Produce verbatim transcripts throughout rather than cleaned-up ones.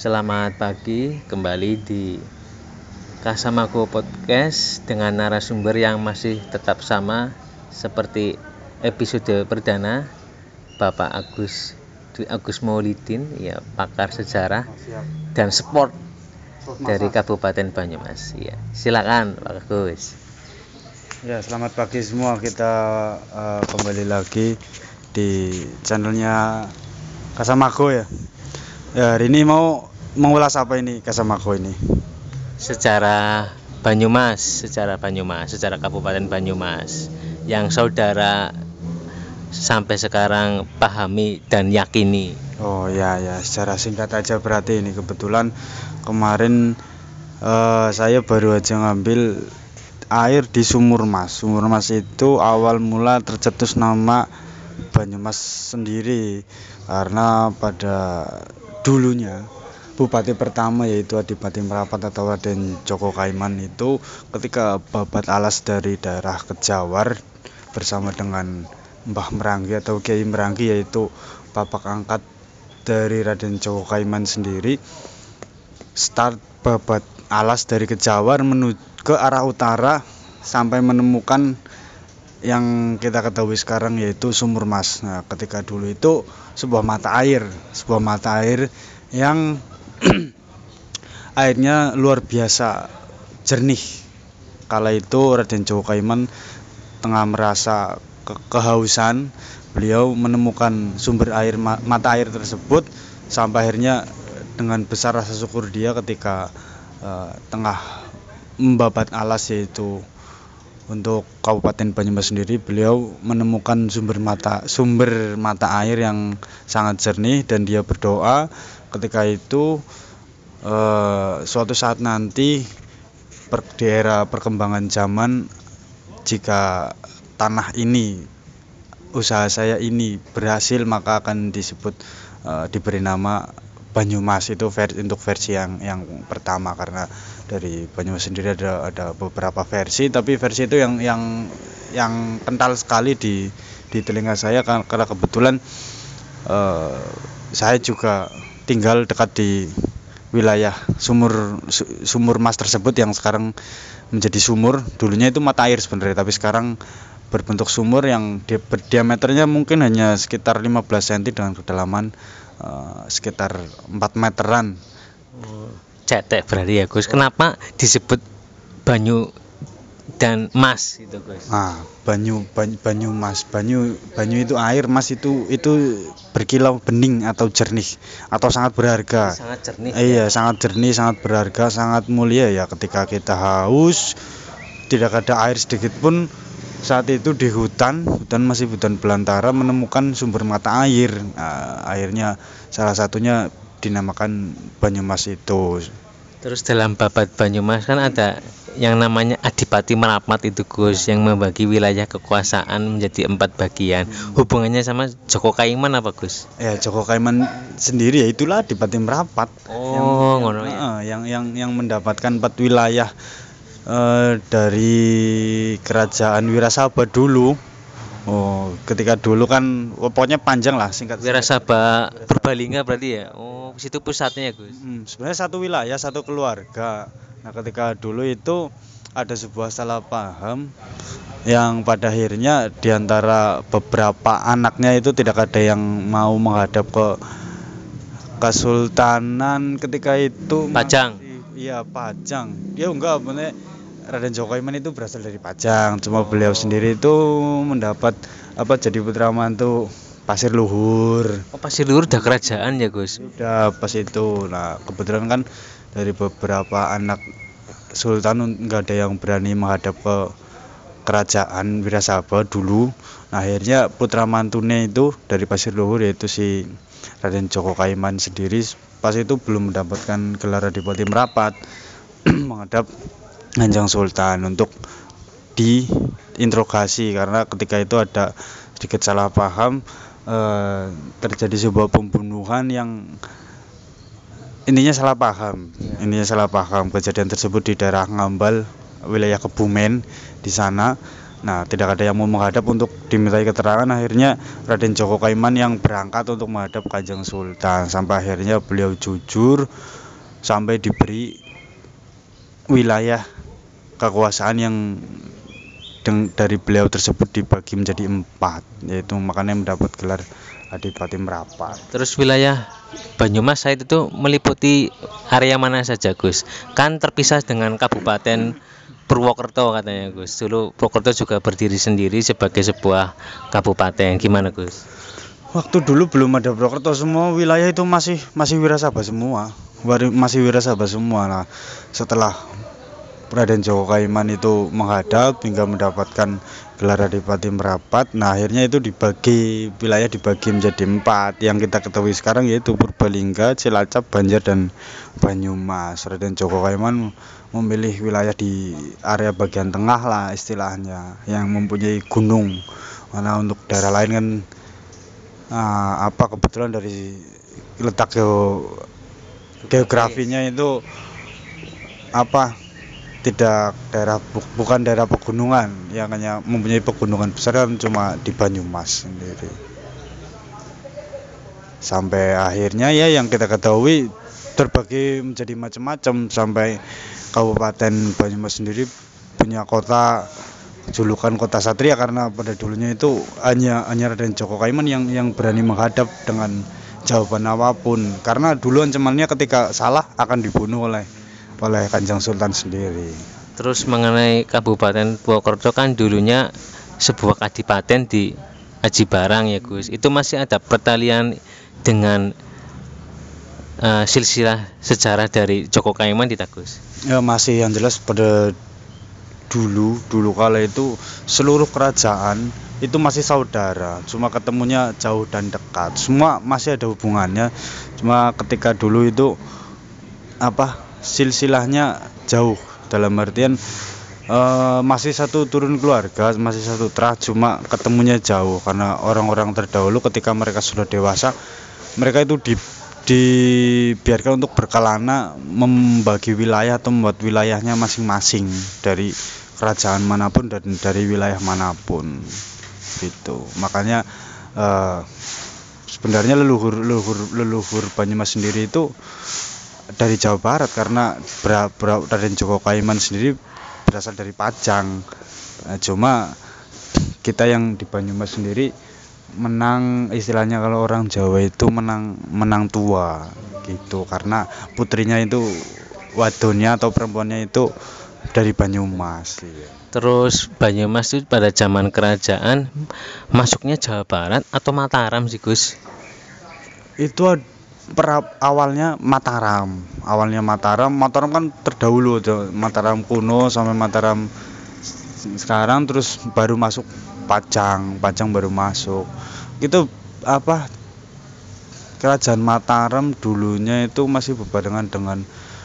Selamat pagi, kembali di Kasamaku Podcast dengan narasumber yang masih tetap sama seperti episode perdana, Bapak Agus Dwi Agus Maulidin, ya, pakar sejarah dan sport dari Kabupaten Banyumas. Ya, silakan Pak Agus. Ya, selamat pagi semua. Kita uh, kembali lagi di channelnya Kasamaku ya. Ya, hari ini mau mengulas apa ini Kasamaku ini? Sejarah Banyumas, sejarah Banyumas, sejarah Kabupaten Banyumas yang saudara sampai sekarang pahami dan yakini. Oh ya ya, secara singkat aja berarti ini kebetulan kemarin uh, saya baru aja ngambil air di Sumur Mas. Sumur Mas itu awal mula tercetus nama Banyumas sendiri karena pada dulunya bupati pertama yaitu Adipati Merapat atau Raden Djoko Kaiman itu ketika babat alas dari daerah Kejawar bersama dengan Mbah Meranggi atau Kiai Meranggi yaitu bapak angkat dari Raden Djoko Kaiman sendiri, start babat alas dari Kejawar menuju ke arah utara sampai menemukan yang kita ketahui sekarang yaitu Sumur Mas. Nah, ketika dulu itu sebuah mata air, sebuah mata air yang airnya luar biasa jernih. Kala itu Raden Djoko Kaiman tengah merasa ke- kehausan, beliau menemukan sumber air mata air tersebut sampai akhirnya dengan besar rasa syukur dia ketika uh, tengah membabat alas yaitu untuk Kabupaten Banyumas sendiri, beliau menemukan sumber mata sumber mata air yang sangat jernih dan dia berdoa ketika itu eh, suatu saat nanti per, di era perkembangan zaman jika tanah ini, usaha saya ini berhasil maka akan disebut eh, diberi nama Banyumas. Itu versi, untuk versi yang yang pertama, karena dari Banyumas sendiri ada ada beberapa versi, tapi versi itu yang yang yang kental sekali di di telinga saya karena kebetulan uh, saya juga tinggal dekat di wilayah sumur sumur Mas tersebut yang sekarang menjadi sumur. Dulunya itu mata air sebenarnya, tapi sekarang berbentuk sumur yang di, diameternya mungkin hanya sekitar lima belas sentimeter dengan kedalaman uh, sekitar empat meteran. Cetek berarti ya Gus. Kenapa disebut Banyu dan Mas gitu Gus? Ah, banyu, banyu, banyu Mas, banyu, banyu itu air, Mas itu itu berkilau bening atau jernih atau sangat berharga. Sangat jernih. Eh, iya, sangat jernih, sangat berharga, sangat mulia ya ketika kita haus, tidak ada air sedikit pun. Saat itu di hutan, hutan masih hutan belantara menemukan sumber mata air. Nah, airnya salah satunya dinamakan Banyumas itu. Terus dalam babat Banyumas kan ada yang namanya Adipati Merapat itu Gus, yang membagi wilayah kekuasaan menjadi empat bagian. Hubungannya sama Djoko Kaiman apa Gus? Ya, Djoko Kaiman sendiri ya itulah Adipati Merapat. Oh, yang, ngono yang, ya. uh, yang yang yang mendapatkan empat wilayah uh, dari kerajaan Wirasaba dulu. Oh, ketika dulu kan oh, pokoknya panjang lah singkat. Wirasaba Purbalingga berarti ya. Oh, situ pusatnya ya Gus. Hmm, sebenarnya satu wilayah, satu keluarga. Nah, ketika dulu itu ada sebuah salah paham yang pada akhirnya diantara beberapa anaknya itu tidak ada yang mau menghadap ke Kesultanan ketika itu. Pajang. Masih, iya, Pajang. Ya enggak, bener. Raden Djoko Kaiman itu berasal dari Pajang. Cuma beliau sendiri itu mendapat apa jadi putra mantu Pasir Luhur. Oh, Pasir Luhur udah kerajaan ya Gus. Udah pas itu. Nah, kebetulan kan dari beberapa anak sultan enggak ada yang berani menghadap ke kerajaan Wirasaba dulu. Nah, akhirnya putra mantune itu dari Pasir Luhur yaitu si Raden Djoko Kaiman sendiri pas itu belum mendapatkan gelar Adipati Merapat menghadap Kanjeng Sultan untuk diinterogasi karena ketika itu ada sedikit salah paham, eh, terjadi sebuah pembunuhan yang intinya salah paham. Intinya salah paham. Kejadian tersebut di daerah Ngambal, wilayah Kebumen di sana. Nah, tidak ada yang mau menghadap untuk dimintai keterangan. Akhirnya Raden Djoko Kaimán yang berangkat untuk menghadap Kanjeng Sultan. Sampai akhirnya beliau jujur sampai diberi wilayah kekuasaan yang deng- dari beliau tersebut dibagi menjadi empat, yaitu makanya mendapat gelar Adipati Merapat. Terus wilayah Banyumas saat itu meliputi area mana saja, Gus? Kan terpisah dengan Kabupaten Purwokerto katanya, Gus. Dulu Purwokerto juga berdiri sendiri sebagai sebuah kabupaten. Gimana, Gus? Waktu dulu belum ada Purwokerto, semua wilayah itu masih masih Wirasaba semua. Wari- Masih Wirasaba semua. Nah, setelah Raden Djoko Kaimán itu menghadap hingga mendapatkan gelar Adipati Merapat, nah akhirnya itu dibagi, wilayah dibagi menjadi empat. Yang kita ketahui sekarang yaitu Purbalingga, Cilacap, Banjar, dan Banyumas. Raden Djoko Kaimán memilih wilayah di area bagian tengah lah istilahnya, yang mempunyai gunung. Karena untuk daerah lain kan ah, apa kebetulan dari letak geo, geografinya itu apa tidak daerah bu- bukan daerah pegunungan, yang hanya mempunyai pegunungan besar kan cuma di Banyumas sendiri. Sampai akhirnya ya yang kita ketahui terbagi menjadi macam-macam, sampai Kabupaten Banyumas sendiri punya kota julukan kota Satria, karena pada dulunya itu hanya hanya Raden Djoko Kaimán yang yang berani menghadap dengan jawaban apapun, karena dulu ancamannya ketika salah akan dibunuh oleh oleh Kanjeng Sultan sendiri. Terus mengenai Kabupaten Purwokerto kan dulunya sebuah kadipaten di Aji Barang ya, Gus. Itu masih ada pertalian dengan eh, silsilah sejarah dari Djoko Kaimán tidak, Gus? Ya masih, yang jelas pada dulu dulu kala itu seluruh kerajaan itu masih saudara, cuma ketemunya jauh dan dekat. Semua masih ada hubungannya. Cuma ketika dulu itu apa silsilahnya jauh, dalam artian eh, masih satu turun keluarga, masih satu terah, cuma ketemunya jauh karena orang-orang terdahulu ketika mereka sudah dewasa, mereka itu di dibiarkan untuk berkelana membagi wilayah atau membuat wilayahnya masing-masing dari kerajaan manapun dan dari wilayah manapun gitu. Makanya eh, sebenarnya leluhur leluhur leluhur Banyumas sendiri itu dari Jawa Barat, karena bra, bra, Raden Djoko Kaimán sendiri berasal dari Pajang. Nah, cuma kita yang di Banyumas sendiri menang, istilahnya kalau orang Jawa itu menang menang tua gitu, karena putrinya itu wadonnya atau perempuannya itu dari Banyumas. Iya. Terus Banyumas itu pada zaman kerajaan masuknya Jawa Barat atau Mataram sih, Gus? Itu ad- pra- awalnya Mataram, awalnya Mataram, Mataram kan terdahulu tuh, Mataram kuno sampai Mataram sekarang, terus baru masuk Pajang, Pajang baru masuk. Itu apa kerajaan Mataram dulunya itu masih berbarengan dengan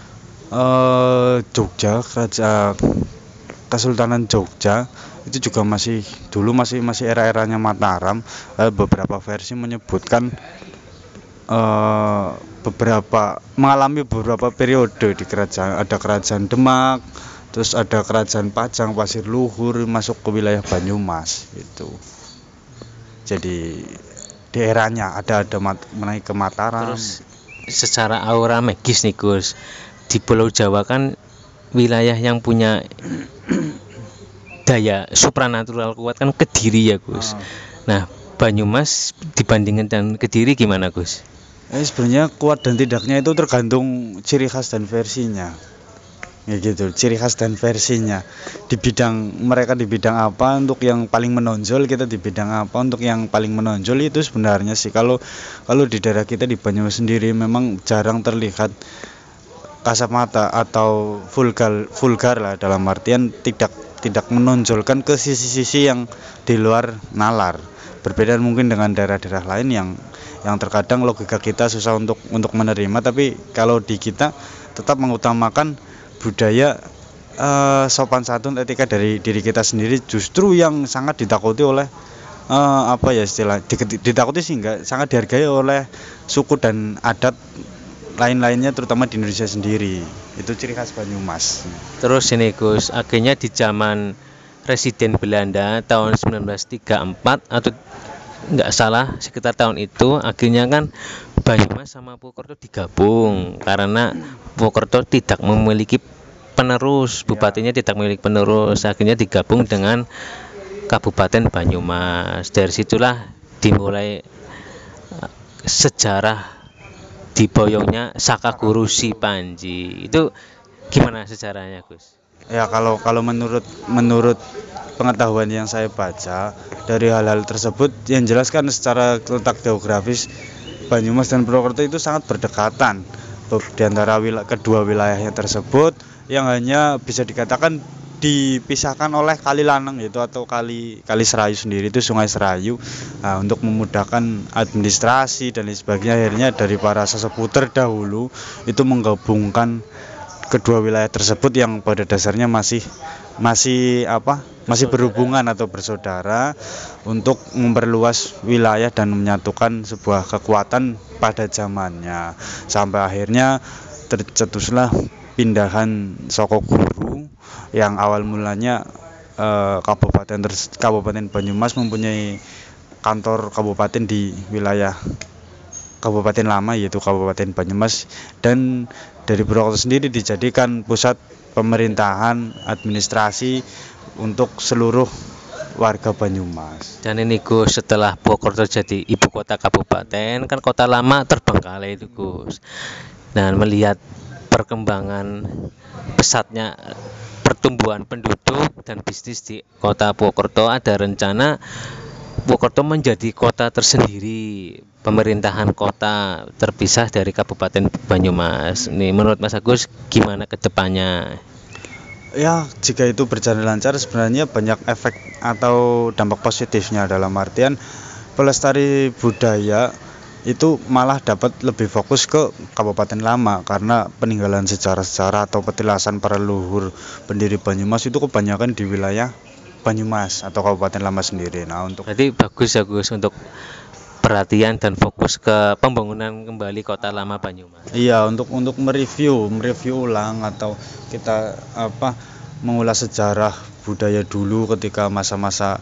eh, Jogja, kerajaan Kesultanan Jogja itu juga masih dulu masih masih era-eranya Mataram. Eh, beberapa versi menyebutkan eh, beberapa mengalami beberapa periode di kerajaan, ada kerajaan Demak, terus ada kerajaan Pajang, Pasir Luhur, masuk ke wilayah Banyumas itu. Jadi di eranya ada ada mat, menaik ke Mataram. Terus secara aura magis nih, Gus, di Pulau Jawa kan wilayah yang punya daya supranatural kuat kan Kediri ya, Gus. Ah. Nah, Banyumas dibandingkan dengan Kediri gimana, Gus? Eh, sebenarnya kuat dan tidaknya itu tergantung ciri khas dan versinya. Ya gitu, ciri khas dan versinya. Di bidang mereka di bidang apa, untuk yang paling menonjol kita di bidang apa, untuk yang paling menonjol itu sebenarnya sih kalau kalau di daerah kita di Banyumas sendiri memang jarang terlihat kasat mata atau vulgar vulgar lah, dalam artian tidak tidak menonjolkan ke sisi-sisi yang di luar nalar. Berbeda mungkin dengan daerah-daerah lain yang yang terkadang logika kita susah untuk untuk menerima, tapi kalau di kita tetap mengutamakan budaya eh, sopan santun, etika dari diri kita sendiri, justru yang sangat ditakuti oleh eh, apa ya istilah di- ditakuti sih enggak, sangat dihargai oleh suku dan adat lain-lainnya, terutama di Indonesia sendiri. Itu ciri khas Banyumas. Terus ini, Gus, akhirnya di zaman residen Belanda tahun sembilan belas tiga puluh empat atau nggak salah sekitar tahun itu, akhirnya kan Banyumas sama Purwokerto digabung karena Purwokerto tidak memiliki penerus, bupatinya tidak memiliki penerus, akhirnya digabung dengan Kabupaten Banyumas. Dari situlah dimulai uh, sejarah diboyongnya Sakaguru Si Panji. Itu gimana sejarahnya, Gus? Ya kalau kalau menurut menurut pengetahuan yang saya baca dari hal-hal tersebut, yang jelas kan secara letak geografis Banyumas dan Purwokerto itu sangat berdekatan di antara wilayah, kedua wilayahnya tersebut yang hanya bisa dikatakan dipisahkan oleh Kali Lanang itu atau kali Kali Serayu sendiri, itu Sungai Serayu. Nah, untuk memudahkan administrasi dan lain sebagainya, akhirnya dari para sesepuh terdahulu itu menggabungkan kedua wilayah tersebut yang pada dasarnya masih masih apa masih berhubungan atau bersaudara untuk memperluas wilayah dan menyatukan sebuah kekuatan pada zamannya, sampai akhirnya tercetuslah pindahan Sakaguru yang awal mulanya eh, kabupaten Kabupaten Banyumas mempunyai kantor kabupaten di wilayah Kabupaten Lama, yaitu Kabupaten Banyumas, dan dari Purwokerto sendiri dijadikan pusat pemerintahan administrasi untuk seluruh warga Banyumas. Dan ini Gus, setelah Purwokerto jadi ibu kota kabupaten, kan kota lama terbengkalai itu Gus. Dan melihat perkembangan pesatnya pertumbuhan penduduk dan bisnis di kota Purwokerto, ada rencana Purwokerto menjadi kota tersendiri, pemerintahan kota terpisah dari Kabupaten Banyumas. Nih, menurut Mas Agus gimana ke depannya? Ya, jika itu berjalan lancar sebenarnya banyak efek atau dampak positifnya, dalam artian pelestari budaya itu malah dapat lebih fokus ke Kabupaten Lama karena peninggalan sejarah-sejarah atau petilasan para leluhur pendiri Banyumas itu kebanyakan di wilayah Banyumas atau Kabupaten Lama sendiri. Nah, untuk Berarti bagus ya Gus untuk perhatian dan fokus ke pembangunan kembali kota lama Banyumas. Iya, untuk untuk mereview, mereview ulang atau kita apa mengulas sejarah budaya dulu ketika masa-masa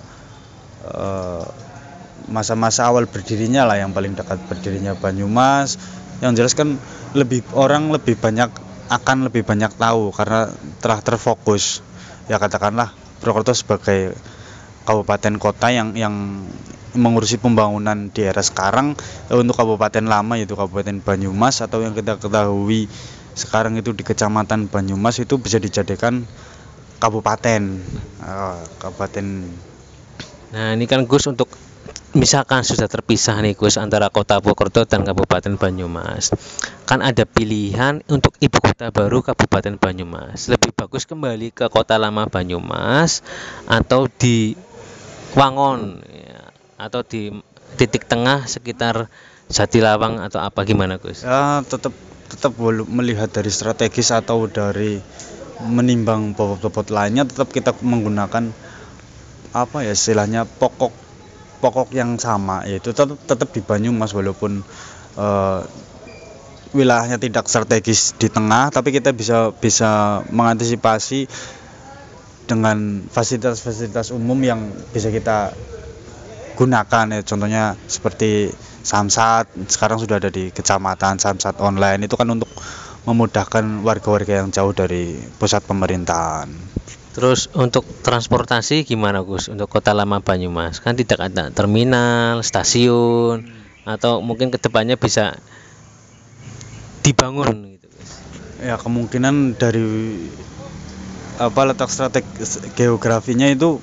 eh, masa-masa awal berdirinya lah, yang paling dekat berdirinya Banyumas. Yang jelas kan lebih orang lebih banyak akan lebih banyak tahu karena telah terfokus, ya katakanlah Purwokerto sebagai kabupaten kota yang yang mengurusi pembangunan di era sekarang. Untuk kabupaten lama yaitu Kabupaten Banyumas atau yang kita ketahui sekarang itu di Kecamatan Banyumas, itu bisa dijadikan kabupaten uh, kabupaten. Nah, ini kan Gus, untuk misalkan sudah terpisah nih Gus antara kota Purwokerto dan Kabupaten Banyumas, kan ada pilihan untuk ibu kota baru Kabupaten Banyumas. Lebih bagus kembali ke kota lama Banyumas atau di Wangon ya, atau di titik tengah sekitar Jatilawang atau apa, gimana Gus? Ya, tetap tetap melihat dari strategis atau dari menimbang bobot-bobot lainnya, tetap kita menggunakan apa ya istilahnya pokok pokok yang sama, yaitu tetap, tetap di Banyumas walaupun uh, wilayahnya tidak strategis di tengah, tapi kita bisa bisa mengantisipasi dengan fasilitas-fasilitas umum yang bisa kita gunakan ya, contohnya seperti Samsat sekarang sudah ada di kecamatan, Samsat online itu kan untuk memudahkan warga-warga yang jauh dari pusat pemerintahan. Terus untuk transportasi gimana Gus untuk kota lama Banyumas? Kan tidak ada terminal, stasiun, atau mungkin kedepannya bisa dibangun gitu Gus. Ya, kemungkinan dari apa letak strategis geografinya itu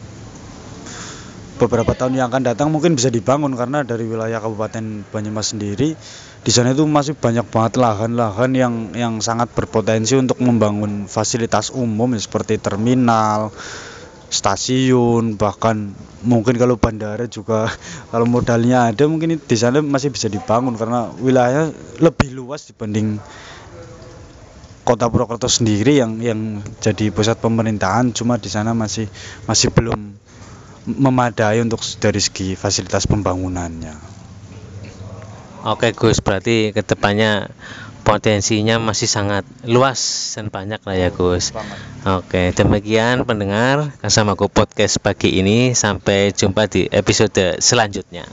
beberapa tahun yang akan datang mungkin bisa dibangun, karena dari wilayah Kabupaten Banyumas sendiri di sana itu masih banyak banget lahan-lahan yang yang sangat berpotensi untuk membangun fasilitas umum ya, seperti terminal, stasiun, bahkan mungkin kalau bandara juga kalau modalnya ada mungkin di sana masih bisa dibangun karena wilayahnya lebih luas dibanding Kota Purwokerto sendiri yang yang jadi pusat pemerintahan. Cuma di sana masih masih belum memadai untuk dari segi fasilitas pembangunannya. Oke Gus, berarti kedepannya potensinya masih sangat luas dan banyak lah ya Gus. Banget. Oke, demikian pendengar Kasamaku Podcast pagi ini, sampai jumpa di episode selanjutnya.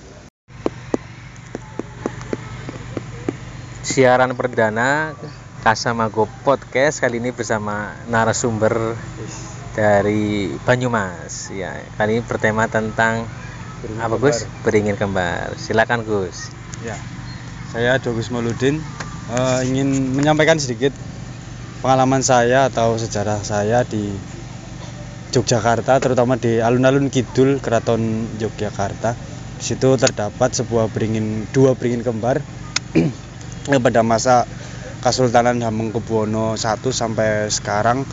Siaran perdana Kasamaku Podcast kali ini bersama narasumber dari Banyumas. Ya, kali ini bertema tentang Beringin apa kembar. Gus? Beringin kembar. Silakan Gus. Ya, saya Dogus Mauludin eh, ingin menyampaikan sedikit pengalaman saya atau sejarah saya di Yogyakarta, terutama di alun-alun kidul Keraton Yogyakarta. Di situ terdapat sebuah beringin, dua beringin kembar yang pada masa Kesultanan Hamengkubuwono I sampai sekarang.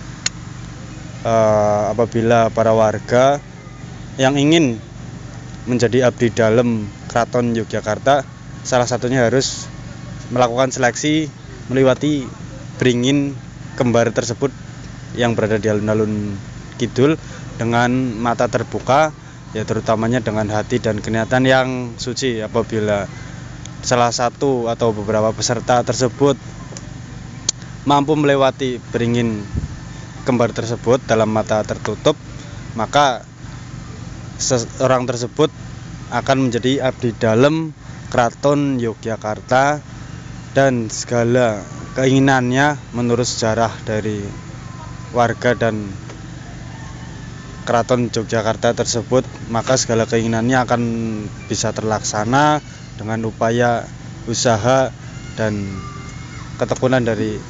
Eh, apabila para warga yang ingin menjadi abdi dalam Keraton Yogyakarta, salah satunya harus melakukan seleksi melewati beringin kembar tersebut yang berada di alun-alun kidul dengan mata terbuka, ya terutamanya dengan hati dan keniatan yang suci. Apabila salah satu atau beberapa peserta tersebut mampu melewati beringin kembar tersebut dalam mata tertutup, maka seorang tersebut akan menjadi abdi dalam Keraton Yogyakarta, dan segala keinginannya menurut sejarah dari warga dan Keraton Yogyakarta tersebut, maka segala keinginannya akan bisa terlaksana dengan upaya, usaha, dan ketekunan dari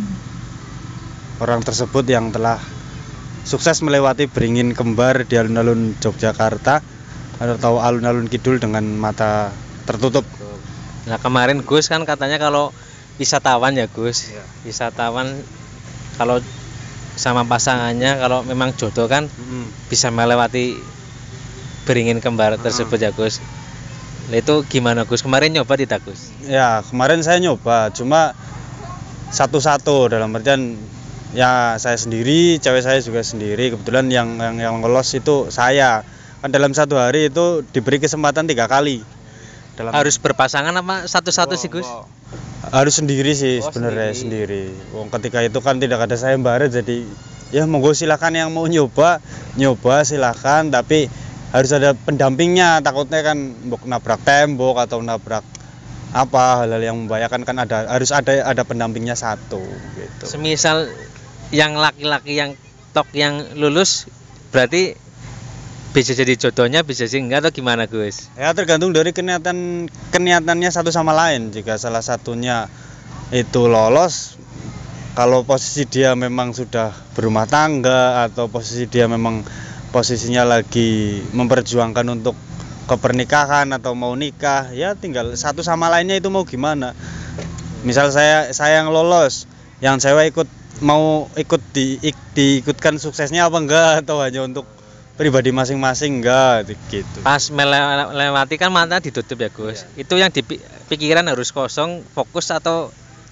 orang tersebut yang telah sukses melewati beringin kembar di alun-alun Yogyakarta atau alun-alun kidul dengan mata tertutup. Nah, kemarin Gus kan katanya kalau wisatawan ya Gus. Ya. Wisatawan kalau sama pasangannya kalau memang jodoh kan Hmm. bisa melewati beringin kembar Hmm. tersebut ya Gus. Nah, itu gimana Gus? Kemarin nyoba tidak Gus? Ya, kemarin saya nyoba, cuma satu-satu, dalam artian ya saya sendiri, cewek saya juga sendiri. Kebetulan yang yang yang lolos itu saya. Kan dalam satu hari itu diberi kesempatan tiga kali. Dalam Harus berpasangan apa satu-satu sih Gus? harus sendiri sih Oh, sebenarnya, sendiri. Wong ketika itu kan tidak ada sayembara, jadi ya monggo silakan yang mau nyoba, nyoba silakan, tapi harus ada pendampingnya. Takutnya kan mbok nabrak tembok atau nabrak apa hal-hal yang membahayakan, kan ada harus ada ada pendampingnya satu gitu. Semisal yang laki-laki yang tok yang lulus berarti bisa jadi jodohnya, bisa sih enggak, atau gimana Gus? Ya tergantung dari keniatan keniatannya satu sama lain. Jika salah satunya itu lolos, kalau posisi dia memang sudah berumah tangga atau posisi dia memang posisinya lagi memperjuangkan untuk kepernikahan atau mau nikah, ya tinggal satu sama lainnya itu mau gimana. Misal saya saya yang lolos, yang cewek ikut mau ikut di ik, diikutkan suksesnya apa enggak, atau hanya untuk pribadi masing-masing enggak gitu. Pas melewati kan mata ditutup ya Gus. Itu yang di pikiran harus kosong, fokus, atau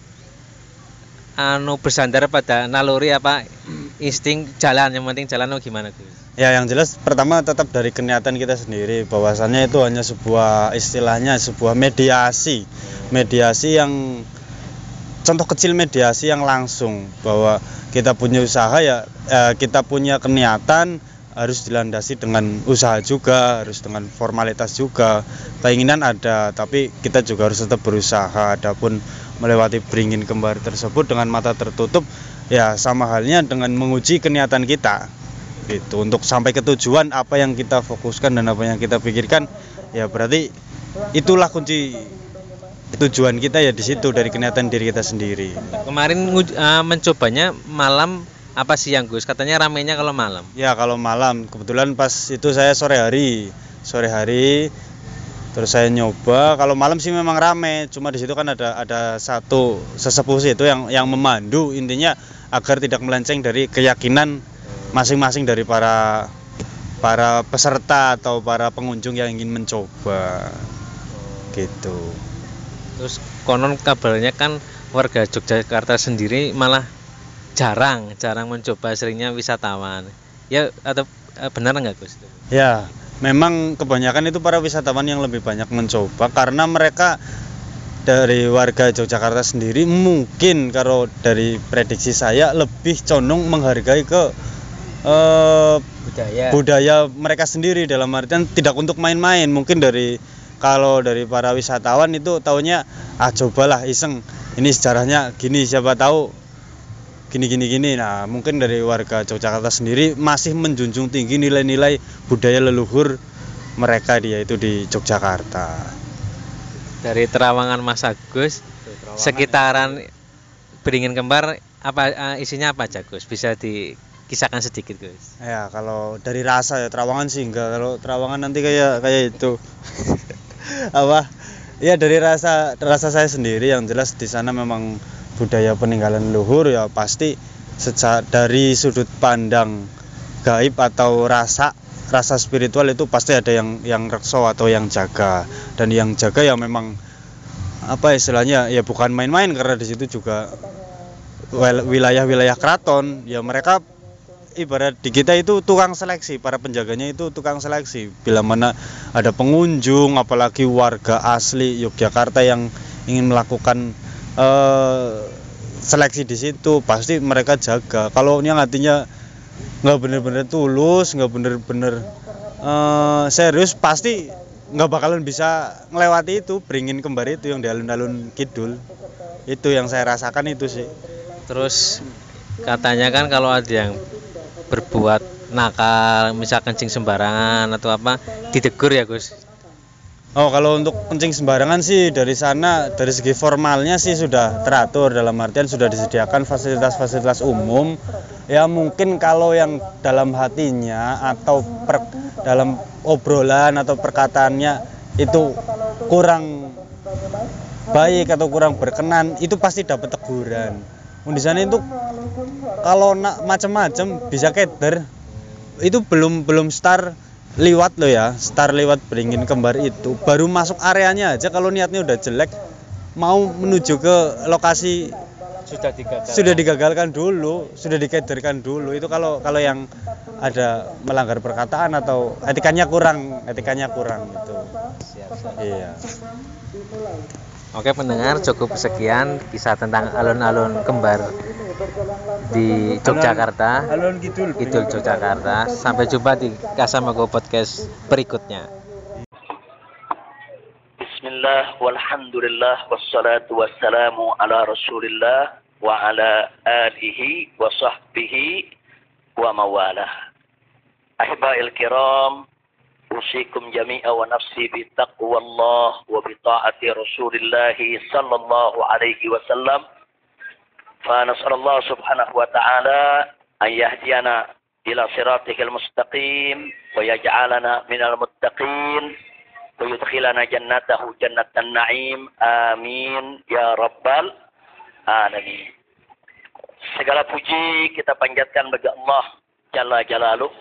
anu bersandar pada naluri apa insting jalan, yang penting jalan, atau gimana Gus? Ya yang jelas pertama tetap dari keniatan kita sendiri, bahwasannya itu hanya sebuah istilahnya sebuah mediasi. Mediasi yang contoh kecil, mediasi yang langsung, bahwa kita punya usaha ya eh, kita punya keniatan harus dilandasi dengan usaha juga, harus dengan formalitas juga. Keinginan ada, tapi kita juga harus tetap berusaha. Adapun melewati beringin kembar tersebut dengan mata tertutup, ya sama halnya dengan menguji keniatan kita. Gitu, untuk sampai ke tujuan apa yang kita fokuskan dan apa yang kita pikirkan, ya berarti itulah kunci tujuan kita, ya di situ dari keniatan diri kita sendiri. Kemarin uh, mencobanya malam apa siang Gus? Katanya ramainya kalau malam. Ya kalau malam, kebetulan pas itu saya sore hari, sore hari, terus saya nyoba. Kalau malam sih memang rame, cuma di situ kan ada ada satu sesepuh itu yang yang memandu, intinya agar tidak melenceng dari keyakinan masing-masing dari para para peserta atau para pengunjung yang ingin mencoba, gitu. Terus konon kabarnya kan warga Yogyakarta sendiri malah jarang jarang mencoba, seringnya wisatawan. Ya atau eh, benar nggak Gus? Ya, memang kebanyakan itu para wisatawan yang lebih banyak mencoba, karena mereka dari warga Yogyakarta sendiri mungkin kalau dari prediksi saya lebih condong menghargai ke eh, budaya budaya mereka sendiri, dalam artian tidak untuk main-main. Mungkin dari kalau dari para wisatawan itu taunya ah cobalah iseng, ini sejarahnya gini, siapa tahu gini gini gini. Nah, mungkin dari warga Yogyakarta sendiri masih menjunjung tinggi nilai-nilai budaya leluhur mereka, dia itu di Yogyakarta. dari Terawangan Mas Agus. Sekitaran Beringin Kembar apa uh, isinya apa aja Gus? Bisa dikisahkan sedikit Gus. Ya, kalau dari rasa ya Terawangan sih enggak. Kalau Terawangan nanti kayak kayak itu. Apa? Ya dari rasa rasa saya sendiri yang jelas di sana memang budaya peninggalan leluhur ya pasti sejak dari sudut pandang gaib atau rasa rasa spiritual itu pasti ada yang yang rekso atau yang jaga, dan yang jaga ya memang apa istilahnya ya bukan main-main, karena di situ juga wilayah-wilayah keraton ya, mereka ibarat di kita itu tukang seleksi, para penjaganya itu tukang seleksi bila mana ada pengunjung apalagi warga asli Yogyakarta yang ingin melakukan eh, seleksi di situ pasti mereka jaga. Kalau yang artinya nggak bener-bener tulus, nggak bener-bener uh, serius, pasti nggak bakalan bisa ngelewati itu Beringin Kembar itu yang di alun-alun kidul. Itu yang saya rasakan itu sih. Terus katanya kan kalau ada yang berbuat nakal, misal kencing sembarangan atau apa, ditegur ya Gus? Oh, kalau untuk kencing sembarangan sih dari sana dari segi formalnya sih sudah teratur, dalam artian sudah disediakan fasilitas-fasilitas umum. Ya mungkin kalau yang dalam hatinya atau per, dalam obrolan atau perkataannya itu kurang baik atau kurang berkenan, itu pasti dapat teguran. Di sana itu kalau nak macam-macam bisa keder. Itu belum belum start liwat loh ya, start lewat Beringin Kembar itu baru masuk areanya aja kalau niatnya udah jelek, mau menuju ke lokasi Sudah digagalkan. sudah digagalkan dulu, sudah dikederkan dulu. Itu kalau kalau yang ada melanggar perkataan atau etikanya kurang, etikanya kurang gitu. Siap, siap. Iya. Oke pendengar, cukup sekian kisah tentang alun-alun kembar di Yogyakarta, Alun Kidul, Kidul Yogyakarta. Sampai jumpa di Kasamago Podcast berikutnya. Bismillah walhamdulillah wassalatu wassalamu ala rasulillah wa ala alihi wa sahbihi wa mawalah. Ahiba'il kiram, usikum jami'a wa nafsi bi taqwallah wa bi ta'ati rasulillah sallallahu alaihi wasallam. Fa nas'alullah subhanahu wa ta'ala an yahdiyana ila siratikal mustaqim wa yaj'alana minal muttaqin wa yudkhilana jannatahu jannatan na'im. Amin ya rabbal alamin. Segala puji kita panjatkan bagi Allah Jalla Jalaluh.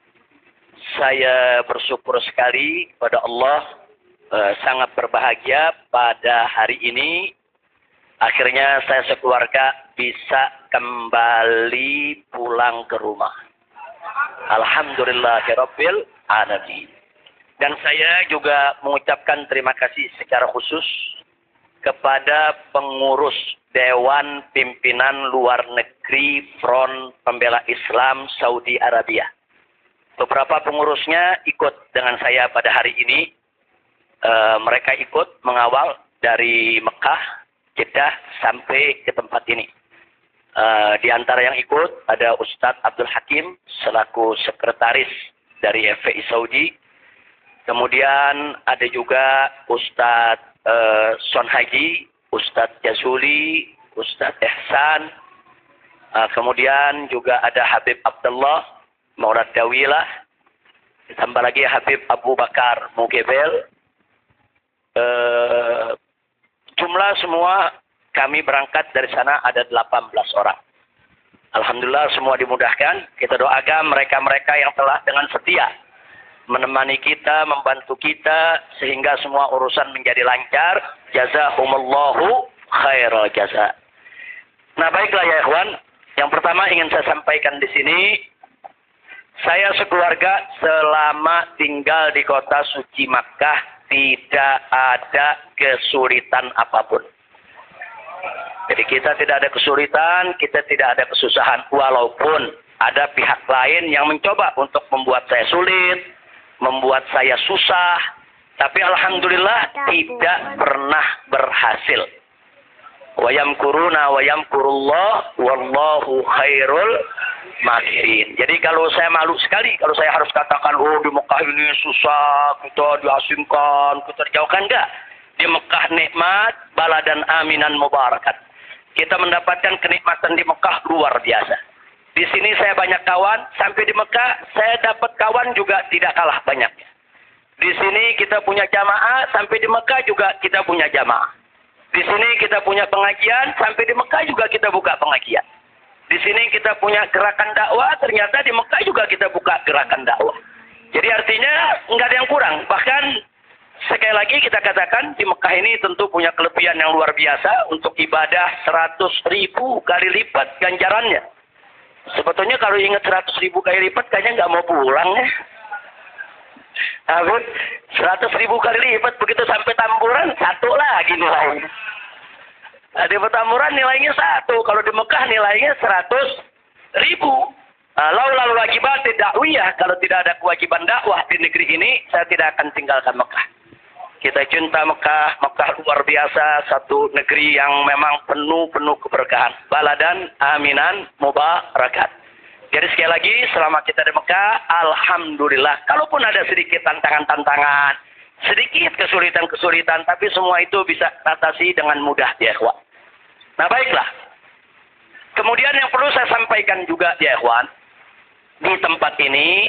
Saya bersyukur sekali pada Allah, eh, sangat berbahagia pada hari ini. Akhirnya saya sekeluarga bisa kembali pulang ke rumah. Alhamdulillahirabbil alamin. Dan saya juga mengucapkan terima kasih secara khusus kepada pengurus Dewan Pimpinan Luar Negeri Front Pembela Islam Saudi Arabia. Beberapa pengurusnya ikut dengan saya pada hari ini. E, mereka ikut mengawal dari Mekah, Jeddah sampai ke tempat ini. E, di antara yang ikut ada Ustadz Abdul Hakim selaku sekretaris dari F I Saudi. Kemudian ada juga Ustadz e, Son Haji, Ustadz Jazuli, Ustadz Ihsan. E, kemudian juga ada Habib Abdullah Maulad Dawilah, ditambah lagi Habib Abu Bakar Mugebel. E, jumlah semua kami berangkat dari sana ada delapan belas orang. Alhamdulillah semua dimudahkan. Kita doakan mereka-mereka yang telah dengan setia menemani kita, membantu kita sehingga semua urusan menjadi lancar. Jazakumullahu khairal jaza. Nah baiklah ya ikhwan, yang pertama ingin saya sampaikan di sini, saya sekeluarga selama tinggal di kota suci Makkah tidak ada kesulitan apapun. Jadi kita tidak ada kesulitan, kita tidak ada kesusahan. Walaupun ada pihak lain yang mencoba untuk membuat saya sulit, membuat saya susah. Tapi alhamdulillah tidak pernah berhasil. Wa yamkuruna wa yamkurullah wallahu khairul makirin. Jadi kalau saya malu sekali kalau saya harus katakan, oh di Mekah ini susah, kita diasingkan, kita dijauhkan. Enggak. Di Mekah nikmat, baladan aminan mubarakat. Kita mendapatkan kenikmatan di Mekah luar biasa. Di sini saya banyak kawan, sampai di Mekah saya dapat kawan juga tidak kalah banyaknya. Di sini kita punya jamaah, sampai di Mekah juga kita punya jamaah. Di sini kita punya pengajian, sampai di Mekah juga kita buka pengajian. Di sini kita punya gerakan dakwah, ternyata di Mekah juga kita buka gerakan dakwah. Jadi artinya nggak ada yang kurang. Bahkan sekali lagi kita katakan di Mekah ini tentu punya kelebihan yang luar biasa untuk ibadah seratus ribu kali lipat ganjarannya. Sebetulnya kalau ingat seratus ribu kali lipat kayaknya nggak mau pulang ya. Nah, seratus ribu kali lipat begitu sampai Tamburan satu lagi nilainya. Nah, di Petamburan nilainya satu, kalau di Mekah nilainya seratus ribu. Nah, lalu wajibat dakwiyah, kalau tidak ada kewajiban dakwah di negeri ini, saya tidak akan tinggalkan Mekah. Kita cinta Mekah, Mekah luar biasa, satu negeri yang memang penuh-penuh keberkahan. Baladan aminan mubarakat. Jadi sekali lagi, selama kita di Mekah, alhamdulillah. Kalaupun ada sedikit tantangan-tantangan, sedikit kesulitan-kesulitan, tapi semua itu bisa atasi dengan mudah ya ikhwan. Nah baiklah. Kemudian yang perlu saya sampaikan juga ya ikhwan, di tempat ini,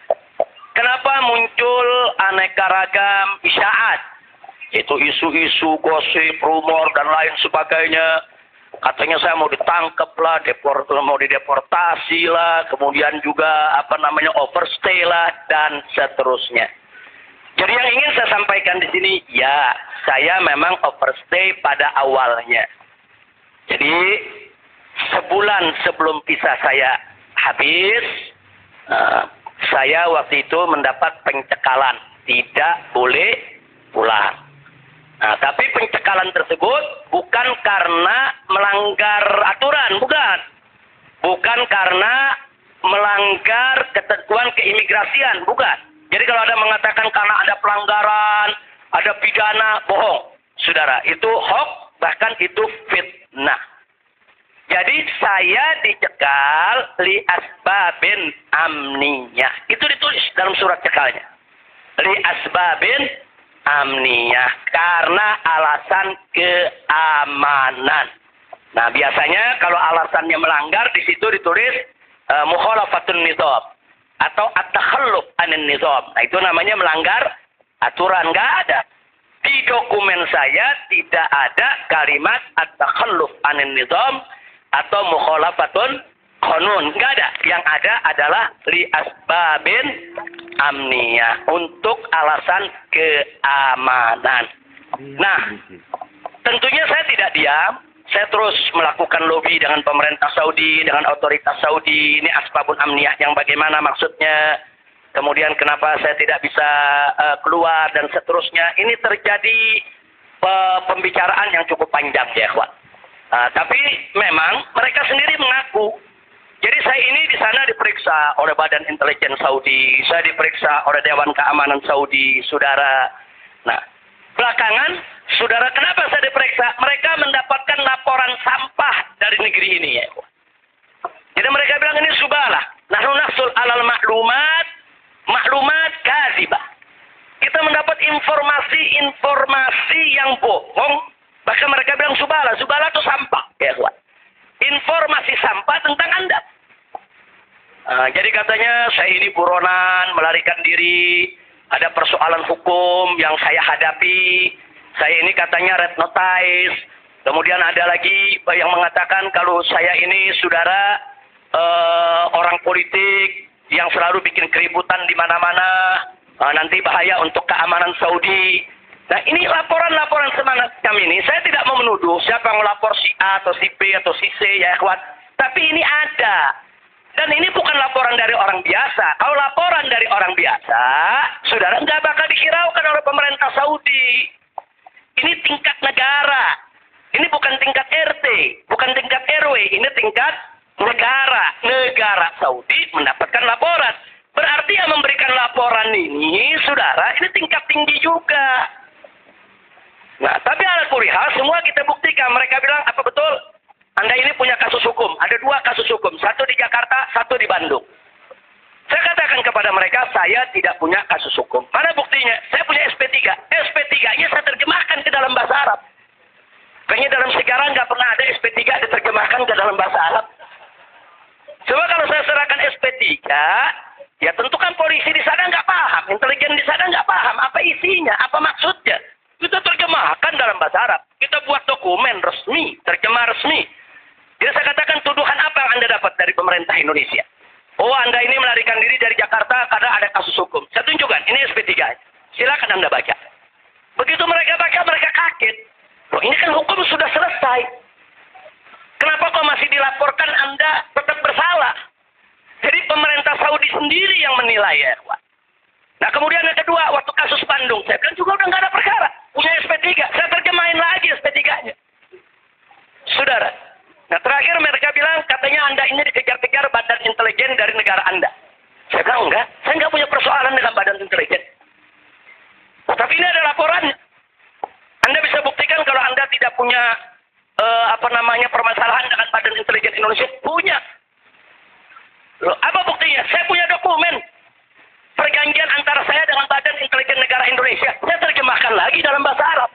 kenapa muncul aneka ragam isyaat, yaitu isu-isu, gosip, rumor, dan lain sebagainya. Katanya saya mau ditangkap lah, deport, mau dideportasi lah, kemudian juga apa namanya overstay lah, dan seterusnya. Jadi yang ingin saya sampaikan di sini, ya saya memang overstay pada awalnya. Jadi sebulan sebelum visa saya habis, uh, saya waktu itu mendapat pencekalan, tidak boleh pulang. Nah, tapi pencekalan tersebut bukan karena melanggar aturan, bukan. Bukan karena melanggar ketentuan keimigrasian, bukan. Jadi kalau ada mengatakan karena ada pelanggaran, ada pidana, bohong. Saudara, itu hoax, bahkan itu fitnah. Jadi saya dicekal li asbabin amniyah. Itu ditulis dalam surat cekalnya. Li asbabin amniyah, karena alasan keamanan. Nah, biasanya kalau alasannya melanggar di situ ditulis uh, mukhalafatun nizam atau at-takhalluf anin nizam. Nah, itu namanya melanggar aturan. Enggak ada. Di dokumen saya tidak ada kalimat at-takhalluf anin nizam atau mukhalafatun qanun. Enggak ada. Yang ada adalah li asbabin amniyah, untuk alasan keamanan. Nah, tentunya saya tidak diam. Saya terus melakukan lobby dengan pemerintah Saudi, dengan otoritas Saudi. Ini asbabun amniyah yang bagaimana maksudnya. Kemudian kenapa saya tidak bisa uh, keluar dan seterusnya. Ini terjadi uh, pembicaraan yang cukup panjang ya, ikhwan. Uh, tapi memang mereka sendiri mengaku. Jadi saya ini di sana diperiksa oleh Badan Intelijen Saudi, saya diperiksa oleh Dewan Keamanan Saudi, saudara. Nah, belakangan, saudara, kenapa saya diperiksa? Mereka mendapatkan laporan sampah dari negeri ini ya. Jadi mereka bilang ini subalah. Nahnu nahsul alal maklumat, maklumat kadzibah. Kita mendapat informasi-informasi yang bohong. Bahkan mereka bilang subalah, subalah itu sampah ya, kawan. Informasi sampah tentang Anda. Uh, jadi katanya saya ini buronan, melarikan diri, ada persoalan hukum yang saya hadapi. Saya ini katanya red notice. Kemudian ada lagi yang mengatakan kalau saya ini saudara uh, orang politik yang selalu bikin keributan di mana-mana, uh, nanti bahaya untuk keamanan Saudi. Nah, ini laporan-laporan semangat kami ini. Saya tidak mau menuduh siapa yang melapor si A atau si B atau si C ya ikhwan. Tapi ini ada. Dan ini bukan laporan dari orang biasa. Kalau laporan dari orang biasa, saudara nggak bakal dihiraukan oleh pemerintah Saudi. Ini tingkat negara. Ini bukan tingkat R T, bukan tingkat R W. Ini tingkat negara. Negara Saudi mendapatkan laporan. Berarti yang memberikan laporan ini, saudara, ini tingkat tinggi juga. Nah, tapi ala kulli hal semua kita buktikan. Mereka bilang, apa betul? Anda ini punya kasus hukum. Ada dua kasus hukum. Satu di Jakarta, satu di Bandung. Saya katakan kepada mereka, saya tidak punya kasus hukum. Mana buktinya? Saya punya S P tiga. S P tiga-nya saya terjemahkan ke dalam bahasa Arab. Kayaknya dalam sejarah nggak pernah ada S P tiga diterjemahkan ke dalam bahasa Arab. Coba kalau saya serahkan S P tiga, ya tentu kan polisi di sana nggak paham. Intelijen di sana nggak paham. Apa isinya? Apa maksudnya? Kita terjemahkan dalam bahasa Arab. Kita buat dokumen resmi, terjemah resmi. Jadi saya katakan tuduhan apa yang Anda dapat dari pemerintah Indonesia? Oh, Anda ini melarikan diri dari Jakarta karena ada kasus hukum. Saya tunjukkan, ini S P tiga. Silakan Anda baca. Begitu mereka baca, mereka kaget. Loh, ini kan hukum sudah selesai. Kenapa kok masih dilaporkan Anda tetap bersalah? Jadi pemerintah Saudi sendiri yang menilai ya. Nah kemudian yang kedua, waktu kasus Bandung. Saya bilang juga udah nggak ada perkara. Punya S P tiga. Saya terjemahin lagi S P tiga-nya. Saudara. Nah terakhir mereka bilang katanya Anda ini dikejar-kejar badan intelijen dari negara Anda. Saya bilang enggak. Saya nggak punya persoalan dengan badan intelijen. Oh, tapi ini ada laporannya. Anda bisa buktikan kalau Anda tidak punya uh, apa namanya permasalahan dengan badan intelijen Indonesia. Punya. Loh, apa buktinya? Saya punya dokumen. Perjanjian antara saya dengan badan intelijen negara Indonesia. Saya terjemahkan lagi dalam bahasa Arab.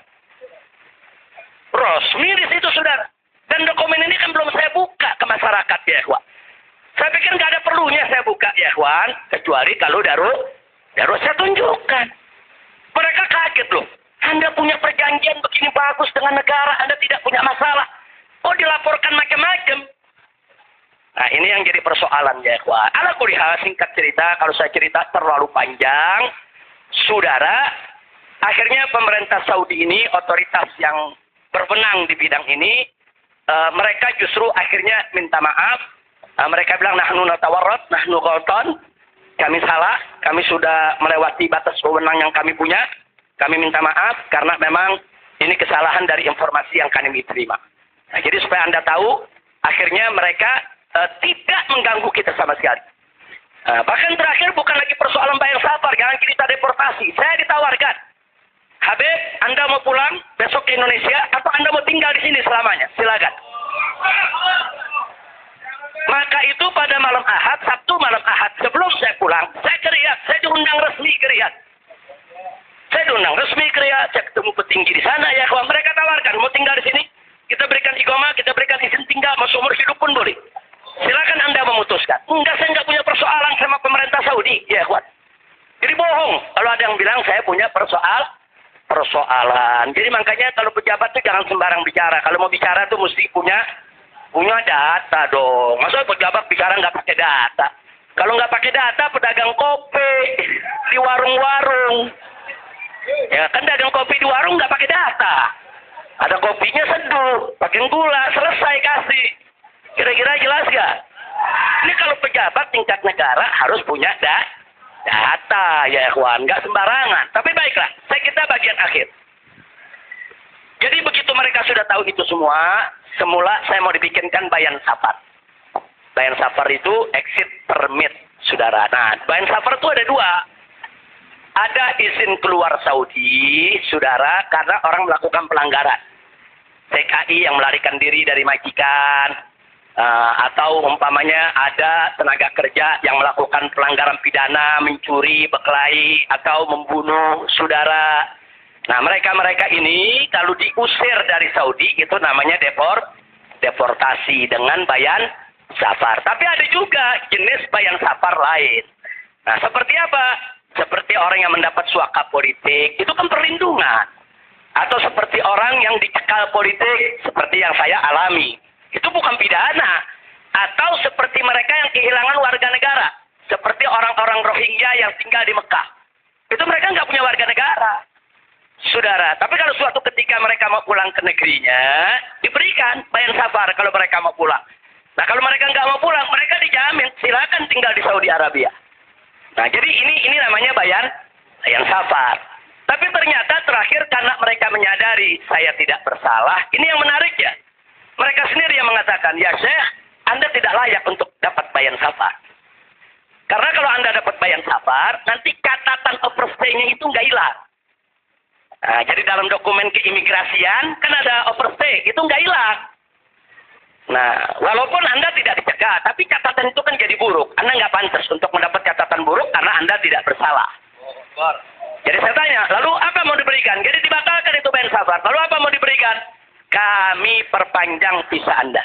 Resmi di situ, saudara. Dan dokumen ini kan belum saya buka ke masyarakat, ya, Ikhwan. Saya pikir nggak ada perlunya saya buka, ya, Ikhwan. Kecuali kalau darurat, darurat saya tunjukkan. Mereka kaget loh. Anda punya perjanjian begini bagus dengan negara, Anda tidak punya masalah. Oh, dilaporkan macam-macam. Nah, ini yang jadi persoalan, ya, Ikhwan. Ala kulli hal, singkat cerita, kalau saya cerita terlalu panjang, saudara, akhirnya pemerintah Saudi ini, otoritas yang berwenang di bidang ini, uh, mereka justru akhirnya minta maaf. Uh, mereka bilang, nahnu natawarrat, nahnu ghaltan. Kami salah, kami sudah melewati batas wewenang yang kami punya. Kami minta maaf karena memang ini kesalahan dari informasi yang kami terima. Nah, jadi supaya Anda tahu, akhirnya mereka uh, tidak mengganggu kita sama sekali. Uh, bahkan terakhir bukan lagi persoalan bayar safar, jangan kita deportasi. Saya ditawarkan, Habib, Anda mau pulang besok ke Indonesia atau Anda mau tinggal di sini selamanya? Silakan. Maka itu pada malam Ahad, Sabtu malam Ahad, sebelum saya pulang, saya ke Riyadh, saya diundang resmi ke Riyadh. Saya diundang resmi ke Riyadh, saya ketemu petinggi di sana, ya kawan. Mereka tawarkan, mau tinggal di sini, kita berikan iqamah, kita berikan izin tinggal, mau seumur hidup pun boleh. Silakan Anda memutuskan. Enggak, saya nggak punya persoalan sama pemerintah Saudi, ya kawan. Jadi bohong kalau ada yang bilang saya punya persoal, persoalan. Jadi makanya kalau pejabat itu jangan sembarang bicara. Kalau mau bicara tuh mesti punya punya data dong. Masa pejabat bicara nggak pakai data? Kalau nggak pakai data, pedagang kopi di warung-warung, ya kan dagang kopi di warung nggak pakai data. Ada kopinya seduh, pakai gula, selesai kasih. Kira-kira jelas nggak? Ini kalau pejabat tingkat negara harus punya da data, ya ikhwan, nggak sembarangan. Tapi baiklah, saya kita bagian akhir. Jadi begitu mereka sudah tahu itu semua, semula saya mau dibikinkan bayan safar. Bayan safar itu exit permit, saudara. Nah, bayan safar itu ada dua. Ada izin keluar Saudi, saudara, karena orang melakukan pelanggaran. T K I yang melarikan diri dari majikan, uh, atau umpamanya ada tenaga kerja yang melakukan pelanggaran pidana, mencuri, berkelahi, atau membunuh saudara. Nah, mereka-mereka ini kalau diusir dari Saudi itu namanya deport, deportasi dengan bayan safar. Tapi ada juga jenis bayan safar lain. Nah, seperti apa? Seperti orang yang mendapat suaka politik, itu kan perlindungan. Atau seperti orang yang dicekal politik, seperti yang saya alami. Itu bukan pidana. Atau seperti mereka yang kehilangan warga negara. Seperti orang-orang Rohingya yang tinggal di Mekah. Itu mereka nggak punya warga negara, saudara. Tapi kalau suatu ketika mereka mau pulang ke negerinya, diberikan bayan safar kalau mereka mau pulang. Nah kalau mereka nggak mau pulang, mereka dijamin silakan tinggal di Saudi Arabia. Nah jadi ini ini namanya bayan bayan safar. Tapi ternyata terakhir karena mereka menyadari saya tidak bersalah, ini yang menarik ya. Mereka sendiri yang mengatakan, ya Syekh, Anda tidak layak untuk dapat bayan safar. Karena kalau Anda dapat bayan safar, nanti catatan overstay-nya itu nggak hilang. Nah, jadi dalam dokumen keimigrasian kan ada overstay, itu nggak hilang. Nah, walaupun Anda tidak dicegah, tapi catatan itu kan jadi buruk. Anda nggak pantas untuk mendapat catatan buruk karena Anda tidak bersalah. Jadi saya tanya, lalu apa mau diberikan? Jadi dibatalkan itu bayan safar. Lalu apa mau diberikan? Kami perpanjang visa Anda.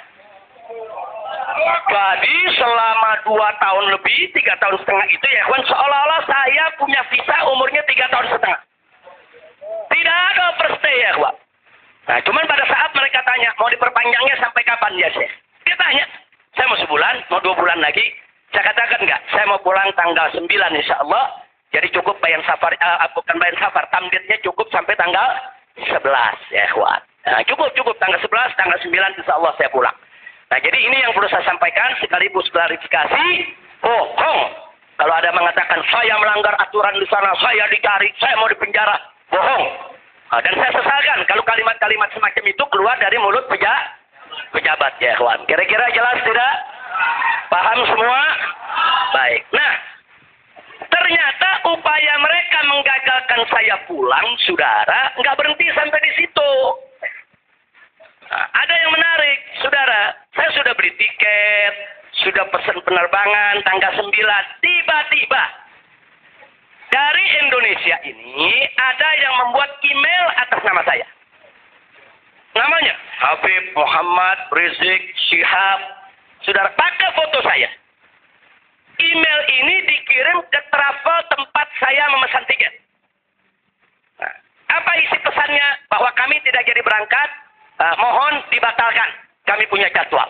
Jadi selama dua tahun lebih, tiga tahun setengah itu ya kawan, seolah-olah saya punya visa umurnya tiga tahun setengah. Tidak ada overstay ya kawan. Nah cuman pada saat mereka tanya, mau diperpanjangnya sampai kapan ya Syekh? Dia tanya, saya mau sebulan, mau dua bulan lagi. Saya katakan enggak, saya mau pulang tanggal sembilan insya Allah. Jadi cukup bayan safar, uh, bukan bayan safar, tamdidnya cukup sampai tanggal sebelas ya kawan. Nah, cukup, cukup. Tanggal sebelas, tanggal sembilan, insya Allah saya pulang. Nah, jadi ini yang perlu saya sampaikan sekaligus klarifikasi. Bohong. Kalau ada mengatakan, saya melanggar aturan di sana, saya dicari, saya mau dipenjara. Bohong. Nah, dan saya sesalkan kalau kalimat-kalimat semacam itu keluar dari mulut peja, pejabat ya kawan. Kira-kira jelas tidak? Paham semua? Baik. Nah, ternyata upaya mereka menggagalkan saya pulang, saudara, nggak berhenti sampai di situ. Nah, ada yang menarik, saudara. Saya sudah beli tiket, sudah pesan penerbangan tanggal sembilan. Tiba-tiba dari Indonesia ini ada yang membuat email atas nama saya. Namanya Habib Muhammad Rizik Syihab. Saudara, pakai foto saya. Email ini dikirim ke travel tempat saya memesan tiket. Nah, apa isi pesannya? Bahwa kami tidak jadi berangkat. Uh, mohon dibatalkan. Kami punya jadwal.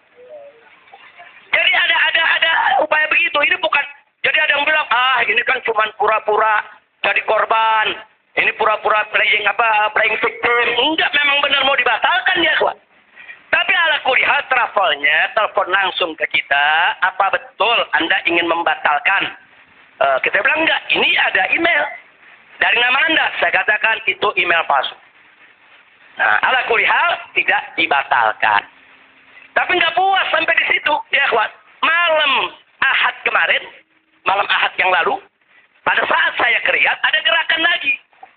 Jadi ada ada ada upaya begitu. Ini bukan. Jadi ada yang bilang, ah ini kan cuma pura-pura jadi korban. Ini pura-pura playing apa playing victim. Enggak, memang benar mau dibatalkan ya, kawan. Tapi ala kulihal travelnya telepon langsung ke kita. Apa betul Anda ingin membatalkan? Uh, kita bilang enggak. Ini ada email dari nama Anda. Saya katakan itu email palsu. Nah, ala kulihal tidak dibatalkan. Tapi nggak puas sampai di situ, ya kawan. Malam Ahad kemarin, malam Ahad yang lalu, pada saat saya kriat, ada gerakan lagi.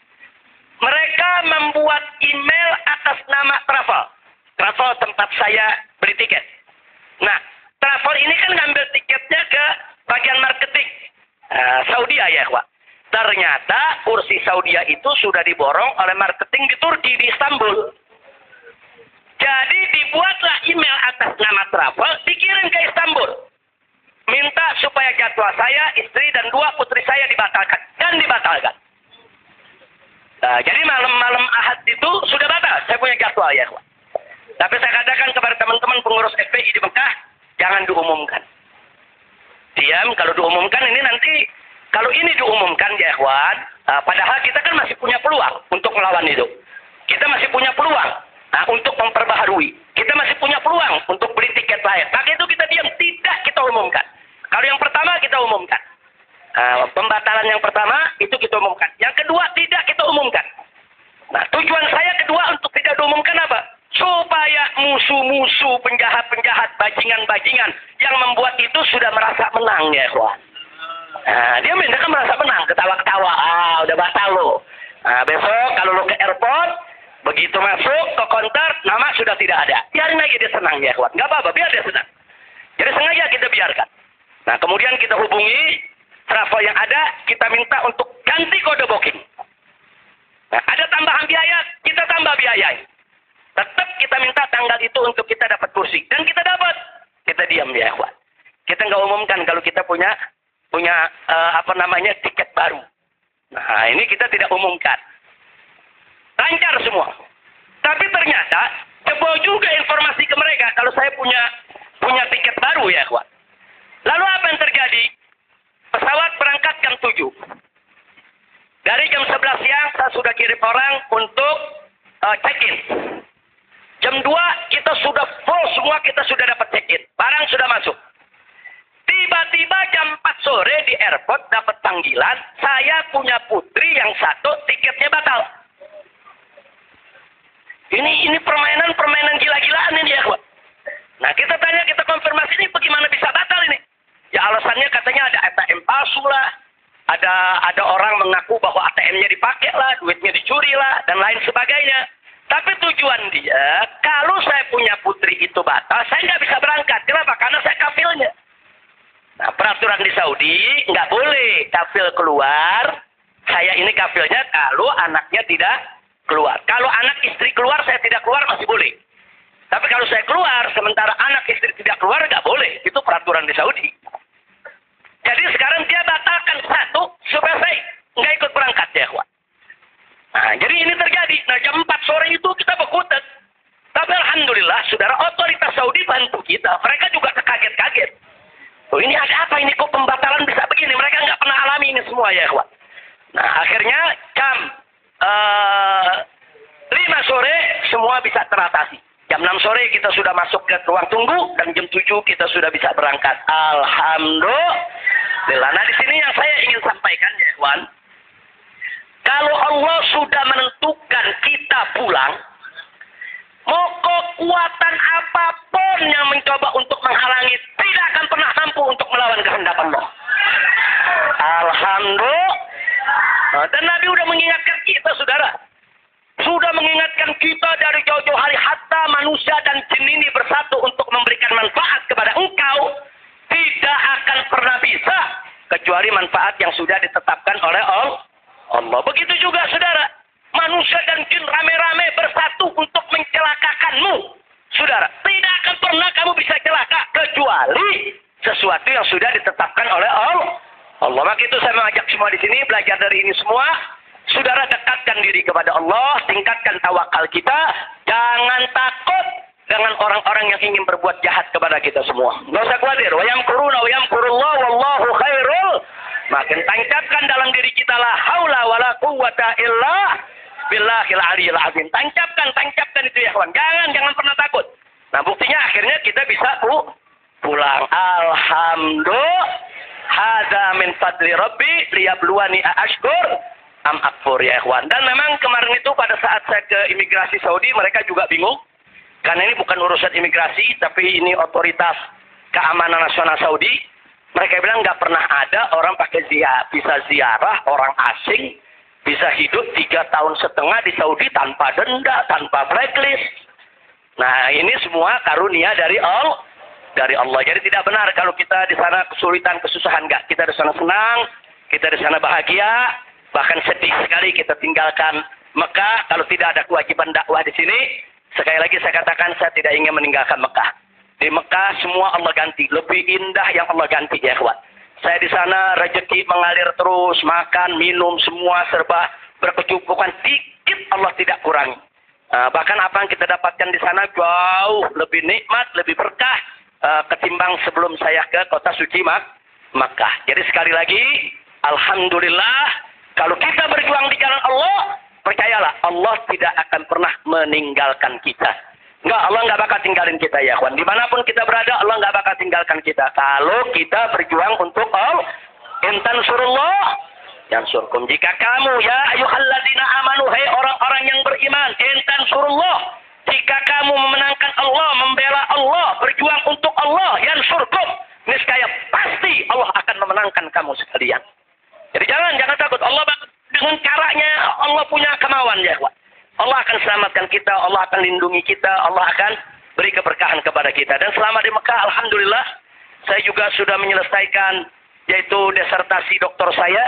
Mereka membuat email atas nama travel. Travel tempat saya beli tiket. Nah, travel ini kan ngambil tiketnya ke bagian marketing. Uh, Saudi ya, kawan. Ternyata kursi Saudi itu sudah diborong oleh marketing di Turki, di Istanbul. Jadi dibuatlah email atas nama travel, dikirim ke Istanbul. Minta supaya jadwal saya, istri, dan dua putri saya dibatalkan. Dan dibatalkan. Nah, jadi malam-malam Ahad itu sudah batal. Saya punya jadwal ya. Tapi saya katakan kepada teman-teman pengurus F P I di Mekah, jangan diumumkan. Diam, kalau diumumkan ini nanti... Kalau ini diumumkan ya ikhwan, uh, padahal kita kan masih punya peluang untuk melawan itu. Kita masih punya peluang uh, untuk memperbaharui. Kita masih punya peluang untuk beli tiket lain. Maka itu kita diam, tidak kita umumkan. Kalau yang pertama kita umumkan. Uh, pembatalan yang pertama itu kita umumkan. Yang kedua tidak kita umumkan. Nah, tujuan saya kedua untuk tidak diumumkan apa? Supaya musuh-musuh, penjahat-penjahat, bajingan-bajingan yang membuat itu sudah merasa menang ya ikhwan. Nah, dia minta kan merasa menang, ketawa-ketawa, ah udah batal lo. Nah, besok kalau lo ke airport, begitu masuk ke counter, nama sudah tidak ada. Biarin aja dia senang ya, kuat. Nggak apa-apa, biar dia senang. Jadi sengaja kita biarkan. Nah, kemudian kita hubungi travel yang ada, kita minta untuk ganti kode booking. Nah, ada tambahan biaya, kita tambah biaya. Tetap kita minta tanggal itu untuk kita dapat kursi. Dan kita dapat. Kita diam ya, kuat. Kita nggak umumkan kalau kita punya punya uh, apa namanya tiket baru. Nah, ini kita tidak umumkan. Lancar semua. Tapi ternyata jebol juga informasi ke mereka kalau saya punya punya tiket baru ya, kawan. Lalu apa yang terjadi? Pesawat berangkat jam tujuh. Dari jam sebelas siang saya sudah kirim orang untuk uh, check-in. Jam dua kita sudah full semua, kita sudah dapat check-in. airport dapat panggilan, saya punya putri yang satu tiketnya batal. Ini ini permainan-permainan gila-gilaan ini ya, kawan. Nah, kita tanya, kita konfirmasi ini bagaimana bisa batal ini? Ya alasannya katanya ada A T M palsu lah, ada ada orang mengaku bahwa A T M-nya dipakai lah, duitnya dicuri lah, dan lain sebagainya. Tapi tujuan dia, kalau saya punya putri itu batal, saya nggak bisa berangkat. Kenapa? Karena saya kafilnya. Nah, peraturan di Saudi nggak boleh kafil keluar. Saya ini kafilnya kalau anaknya tidak keluar. Kalau anak istri keluar, saya tidak keluar masih boleh. Tapi kalau saya keluar, sementara anak istri tidak keluar, nggak boleh. Itu peraturan di Saudi. Jadi sekarang dia batalkan satu, supaya saya nggak ikut berangkat ya, kawan. Nah, jadi ini terjadi. Nah, jam empat sore itu kita berkutat. Tapi alhamdulillah, saudara, otoritas Saudi bantu kita. Mereka juga terkaget-kaget. Oh, ini ada apa ini? Kok pembatalan bisa begini? Mereka nggak pernah alami ini semua ya, kawan. Nah, akhirnya jam uh, lima sore semua bisa teratasi. Jam enam sore kita sudah masuk ke ruang tunggu dan jam tujuh kita sudah bisa berangkat. Alhamdulillah. Nah, di sini yang saya ingin sampaikan ya, kawan. Kalau Allah sudah menentukan kita pulang, mau kekuatan apapun yang mencoba untuk menghalangi tidak akan pernah mampu untuk melawan kehendak Allah. Alhamdulillah. Nah, dan Nabi sudah mengingatkan kita, saudara. Sudah mengingatkan kita dari jauh-jauh hari, hatta manusia dan jin ini bersatu untuk memberikan manfaat kepada engkau. Tidak akan pernah bisa kecuali manfaat yang sudah ditetapkan oleh Allah. Allah. Begitu juga, saudara. Manusia dan jin rame-rame bersatu untuk mencelakakanmu. Saudara, tidak akan pernah kamu bisa celaka kecuali sesuatu yang sudah ditetapkan oleh Allah. Allah. Maka itu saya mengajak semua di sini belajar dari ini semua. Saudara, dekatkan diri kepada Allah, tingkatkan tawakal kita. Jangan takut dengan orang-orang yang ingin berbuat jahat kepada kita semua. Nggak usah khawatir. Wa yamkuruna wa yamkurullah wallahu khairul. Makin tancapkan dalam diri kita la haula wala quwwata illa billahil aliyil azim. Tancapkan, tancapkan itu ya, kawan. Jangan, jangan pernah takut. Nah, buktinya akhirnya kita bisa pu pulang. Alhamdulillah. Hadza min fadli rabbi liyabluwani aashkur am akfur ya, ikhwan. Dan memang kemarin itu pada saat saya ke imigrasi Saudi, mereka juga bingung. Karena ini bukan urusan imigrasi, tapi ini otoritas keamanan nasional Saudi. Mereka bilang nggak pernah ada orang pakai ziarah, bisa ziarah orang asing, bisa hidup tiga tahun setengah di Saudi tanpa denda, tanpa blacklist. Nah, ini semua karunia dari Allah, dari Allah. Jadi tidak benar kalau kita di sana kesulitan, kesusahan, nggak. Kita di sana senang, kita di sana bahagia, bahkan sedih sekali kita tinggalkan Mekah kalau tidak ada kewajiban dakwah di sini. Sekali lagi saya katakan, saya tidak ingin meninggalkan Mekah. Di Mekah semua Allah ganti, lebih indah yang Allah ganti ya, kawan. Saya di sana rezeki mengalir terus, makan, minum, semua serba berkecukupan, dikit Allah tidak kurangi. Uh, bahkan apa yang kita dapatkan di sana jauh lebih nikmat, lebih berkah uh, ketimbang sebelum saya ke kota suci Mak Makkah. Jadi sekali lagi, alhamdulillah, kalau kita berjuang di jalan Allah, percayalah Allah tidak akan pernah meninggalkan kita. Enggak, Allah nggak bakal tinggalin kita ya, kawan. Dimanapun kita berada, Allah nggak bakal tinggalkan kita. Kalau kita berjuang untuk Allah, intan surullah, yang surkum. Jika kamu ya ayuhalladzina amanu, hai orang-orang yang beriman, intan surullah. Jika kamu memenangkan Allah, membela Allah, berjuang untuk Allah, yang surkum, niscaya pasti Allah akan memenangkan kamu sekalian. Jadi jangan, jangan takut. Allah dengan caranya, Allah punya kemauan ya, kawan. Allah akan selamatkan kita, Allah akan lindungi kita, Allah akan beri keberkahan kepada kita. Dan selama di Mekah, alhamdulillah, saya juga sudah menyelesaikan, yaitu disertasi doktor saya,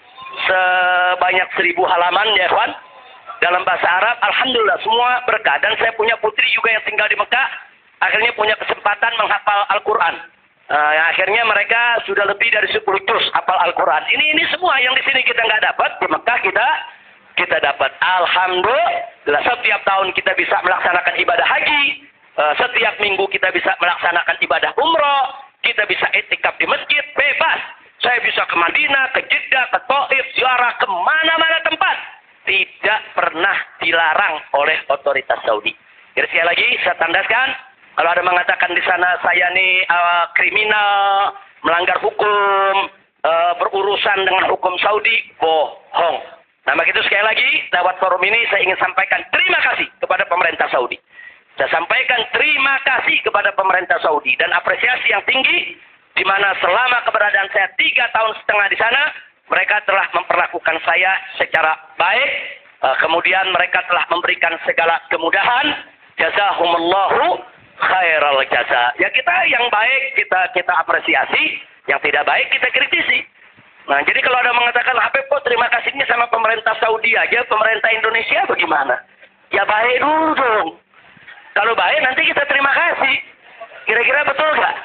sebanyak seribu halaman, ya kawan, dalam bahasa Arab. Alhamdulillah, semua berkah. Dan saya punya putri juga yang tinggal di Mekah, akhirnya punya kesempatan menghafal Al-Quran. Uh, akhirnya mereka sudah lebih dari sepuluh juz hafal Al-Quran. Ini ini semua yang di sini kita nggak dapat, di Mekah kita kita dapat. Alhamdulillah, setiap tahun kita bisa melaksanakan ibadah haji, uh, setiap minggu kita bisa melaksanakan ibadah umroh, kita bisa itikaf di masjid bebas. Saya bisa ke Madinah, ke Jeddah, ke Taif, ziarah kemana-mana tempat, tidak pernah dilarang oleh otoritas Saudi. Jadi sekali lagi saya tandaskan, kalau ada mengatakan di sana saya nih uh, kriminal, melanggar hukum, uh, berurusan dengan hukum Saudi, bohong. Nah, begitu sekali lagi, lewat forum ini saya ingin sampaikan terima kasih kepada pemerintah Saudi. Saya sampaikan terima kasih kepada pemerintah Saudi dan apresiasi yang tinggi, di mana selama keberadaan saya tiga tahun setengah di sana, mereka telah memperlakukan saya secara baik. Uh, kemudian mereka telah memberikan segala kemudahan. Jazahumullahu khairal jaza. Ya kita yang baik kita kita apresiasi, yang tidak baik kita kritisi. Nah, jadi kalau ada mengatakan Habib kok terima kasihnya sama pemerintah Saudi aja, pemerintah Indonesia bagaimana? Ya baik dulu dong. Kalau baik nanti kita terima kasih. Kira-kira betul nggak?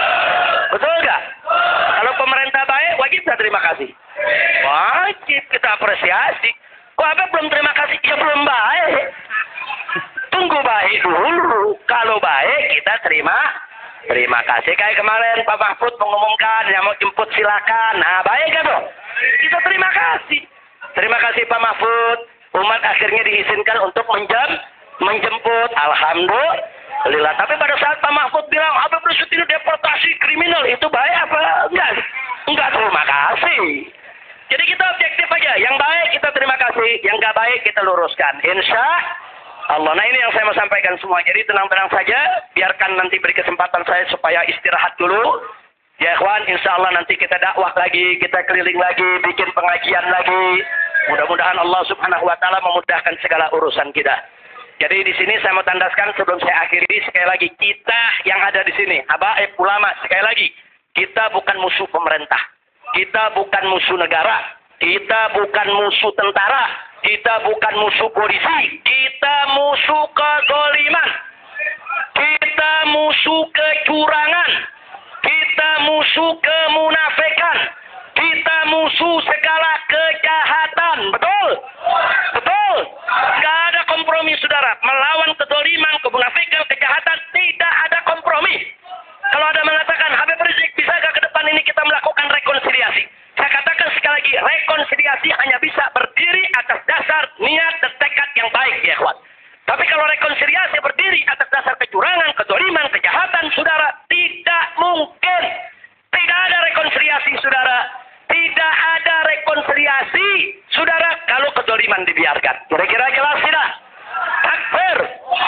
Betul nggak? Kalau pemerintah baik wajib kita terima kasih. Wajib kita apresiasi. Kok Habib belum terima kasih? Ya belum baik. Tunggu baik dulu. Kalau baik kita terima terima kasih. Kayak kemarin Pak Mahfud mengumumkan yang mau jemput silakan. Nah baik kan dong? Kita terima kasih. Terima kasih Pak Mahfud. Umat akhirnya diizinkan untuk menjem, menjemput. Alhamdulillah. Tapi pada saat Pak Mahfud bilang Habib Rizik ini deportasi kriminal, itu baik apa? Enggak. Enggak terima kasih. Jadi kita objektif aja. Yang baik kita terima kasih. Yang nggak baik kita luruskan. Insya Allah. Nah ini yang saya mau sampaikan semua. Jadi tenang-tenang saja. Biarkan nanti beri kesempatan saya supaya istirahat dulu. Ya ikhwan, insya Allah nanti kita dakwah lagi. Kita keliling lagi. Bikin pengajian lagi. Mudah-mudahan Allah subhanahu wa ta'ala memudahkan segala urusan kita. Jadi di sini saya mau tandaskan sebelum saya akhiri. Sekali lagi. Kita yang ada di sini. Habaib ulama. Sekali lagi. Kita bukan musuh pemerintah. Kita bukan musuh negara. Kita bukan musuh tentara. Kita bukan musuh polisi. Kita musuh kezaliman. Kita musuh kecurangan. Kita musuh kemunafikan. Kita musuh segala kejahatan. Betul? Betul? Gak ada kompromi saudara. Melawan kezaliman, kemunafikan, kejahatan. Tidak ada kompromi. Kalau ada mengatakan Habib Rizik bisakah ke depan ini kita melakukan rekonsiliasi? Saya katakan sekali lagi, rekonsiliasi hanya bisa berdiri atas dasar niat dan tekad yang baik, ya ikhwan. Tapi kalau rekonsiliasi berdiri atas dasar kecurangan, kezaliman, kejahatan, saudara, tidak mungkin. Tidak ada rekonsiliasi, saudara. Tidak ada rekonsiliasi, saudara, kalau kezaliman dibiarkan. Kira-kira jelas tidak? Takbir.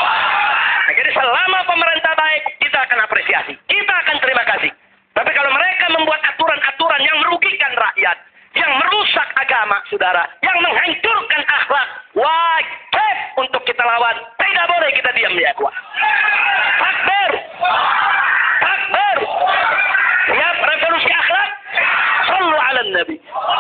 Nah, jadi selama pemerintah baik, kita akan apresiasi. Kita akan terima kasih. Tapi kalau mereka membuat aturan-aturan yang merugikan rakyat, yang merusak agama, saudara, yang menghancurkan akhlak, wajib untuk kita lawan. Tidak boleh kita diam, ya kuat. Takbir. Takbir. Siap revolusi akhlak? Sallu ala Nabi.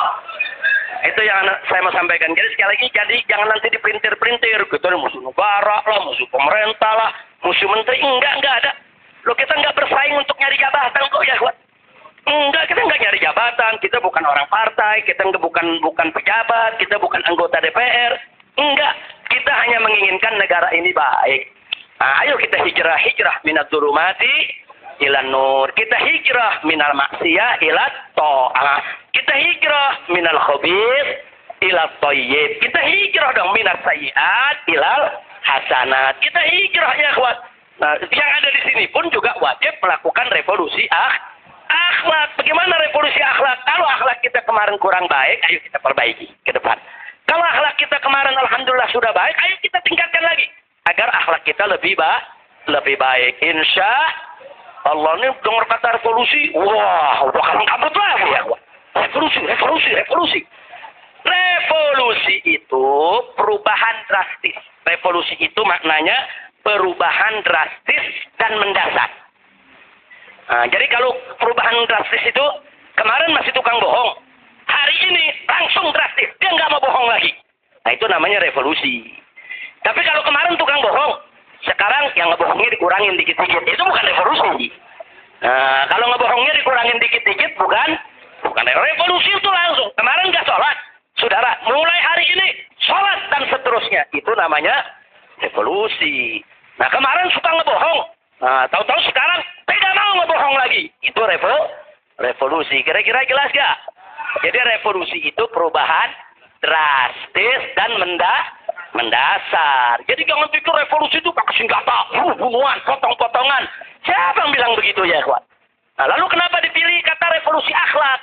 Itu yang saya mau sampaikan. Jadi sekali lagi, jadi jangan nanti dipelintir-pelintir. Kita musuh negara lah, musuh pemerintah lah, musuh menteri. Enggak, enggak ada. Loh kita enggak bersaing untuk nyari jabatan kok ya kuat. Enggak, kita enggak nyari jabatan. Kita bukan orang partai, kita enggak bukan bukan pejabat, kita bukan anggota D P R. Enggak, kita hanya menginginkan negara ini baik. Nah, ayo kita hijrah, hijrah minat dzulumati ila nur. Kita hijrah minal maksiyah ila ta'ah. Kita hijrah minal khabith ila thayyib. Kita hijrah dong minal sayyiat ilal hasanat. Kita hijrah ya kuat. Nah, yang ada di sini pun juga wajib melakukan revolusi ah, akhlak. Bagaimana revolusi akhlak? Kalau akhlak kita kemarin kurang baik, ayo kita perbaiki ke depan. Kalau akhlak kita kemarin alhamdulillah sudah baik, ayo kita tingkatkan lagi agar akhlak kita lebih baik, lebih baik. Insya Allah. Ini dengar kata revolusi, wah, udah kalang kabut lagi ya. Revolusi, revolusi, revolusi. Revolusi itu perubahan drastis. Revolusi itu maknanya perubahan drastis dan mendasar. Nah, jadi kalau perubahan drastis itu kemarin masih tukang bohong, hari ini langsung drastis, dia nggak mau bohong lagi. Nah itu namanya revolusi. Tapi kalau kemarin tukang bohong, sekarang yang ngebohongnya dikurangin dikit-dikit, itu bukan revolusi. Nah, kalau ngebohongnya dikurangin dikit-dikit, bukan bukan revolusi itu langsung. Kemarin nggak sholat, saudara, mulai hari ini sholat dan seterusnya, itu namanya revolusi. Nah kemarin suka ngebohong, nah, tahu-tahu sekarang tidak mau ngebohong lagi, itu revo, revolusi. Kira-kira jelas gak? Jadi revolusi itu perubahan drastis dan mendah, mendasar. Jadi jangan pikir revolusi itu pakai senjata, bunuh-bunuhan, potong-potongan. Siapa yang bilang begitu ya, kawan? Nah, lalu kenapa dipilih kata revolusi akhlak?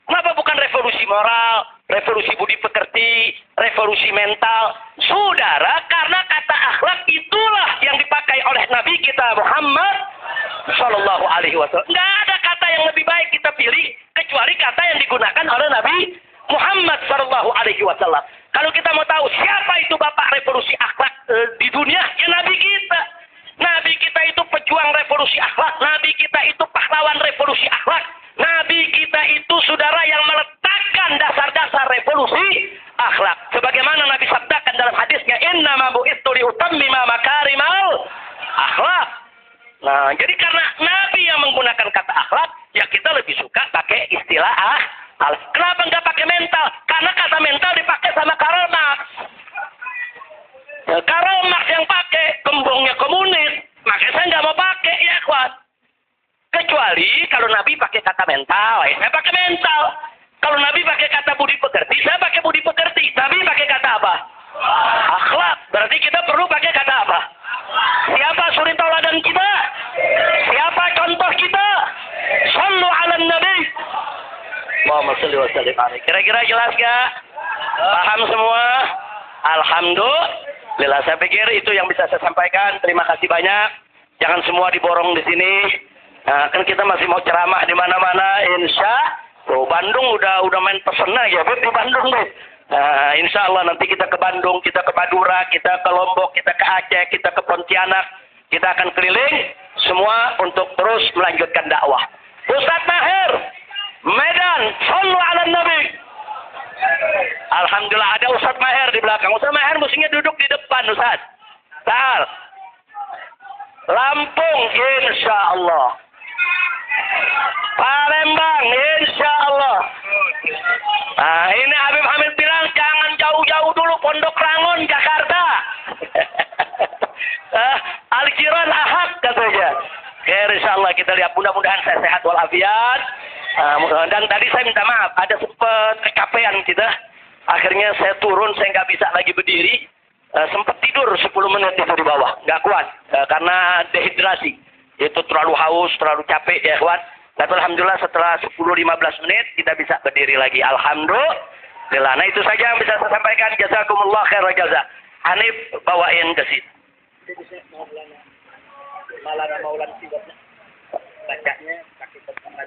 Kenapa bukan revolusi moral, revolusi budi pekerti, revolusi mental? Saudara, karena kata akhlak itulah yang dipakai oleh Nabi kita Muhammad Sallallahu Alaihi Wasallam. Nggak ada kata yang lebih baik kita pilih kecuali kata yang digunakan oleh Nabi Muhammad Sallallahu Alaihi Wasallam. Kalau kita mau tahu siapa itu bapak revolusi akhlak e, di dunia, ya Nabi kita. Nabi kita itu pejuang revolusi akhlak. Nabi kita itu pahlawan revolusi akhlak. Nabi kita itu saudara yang meletakkan dasar-dasar revolusi akhlak. Sebagaimana Nabi sabdakan dalam hadisnya, innama bu'itsu liutammima makarimal akhlak. Nah, jadi karena Nabi yang menggunakan kata akhlak, ya kita lebih suka pakai istilah ah. Kenapa nggak pakai mental? Karena kata mental dipakai sama Karl Marx. Ya, Karl Marx yang pakai gembongnya komunis, makanya saya nggak mau pakai ya kuat. Kecuali kalau Nabi pakai kata mental, ya saya pakai mental. Kalau Nabi pakai kata budi pekerti, saya pakai budi pekerti. Nabi pakai kata apa? Akhlak. Berarti kita perlu pakai kata apa? Siapa suri tauladan kita? Siapa contoh kita? Sallu ala Nabi. Muhammad shalli wa sallim alaihi. Kira-kira jelas gak? Paham semua? Alhamdulillah. Saya pikir itu yang bisa saya sampaikan. Terima kasih banyak. Jangan semua diborong di sini. Nah, kan kita masih mau ceramah di mana-mana, insya. Tuh, Bandung udah udah main pesen aja, Bet, di Bandung deh. Nah, insya Allah nanti kita ke Bandung, kita ke Madura, kita ke Lombok, kita ke Aceh, kita ke Pontianak, kita akan keliling semua untuk terus melanjutkan dakwah. Ustadz Maher, Medan, sallu ala Nabi. Alhamdulillah ada Ustadz Maher di belakang. Ustadz Maher mestinya duduk di depan, Ustadz. Tal. Lampung, insya Allah. Palembang, insya Allah. Nah, ini Habib Hamid bilang jangan jauh-jauh dulu, Pondok Rangon, Jakarta. uh, Al-Jiran Ahad katanya. Oke, insya Allah kita lihat, mudah-mudahan saya sehat walafiat. Uh, dan tadi saya minta maaf, ada sempat kecapean kita. Akhirnya saya turun, saya nggak bisa lagi berdiri. Uh, sempat tidur sepuluh menit itu di bawah, nggak kuat uh, karena dehidrasi. Itu terlalu haus, terlalu capek ya kawan. Tapi alhamdulillah setelah sepuluh sampai lima belas menit kita bisa berdiri lagi. Alhamdulillah. Nah itu saja yang bisa saya sampaikan. Jazakumullah khairal jaza. Hanif bawain ke sini. Maulana Maulana Maulana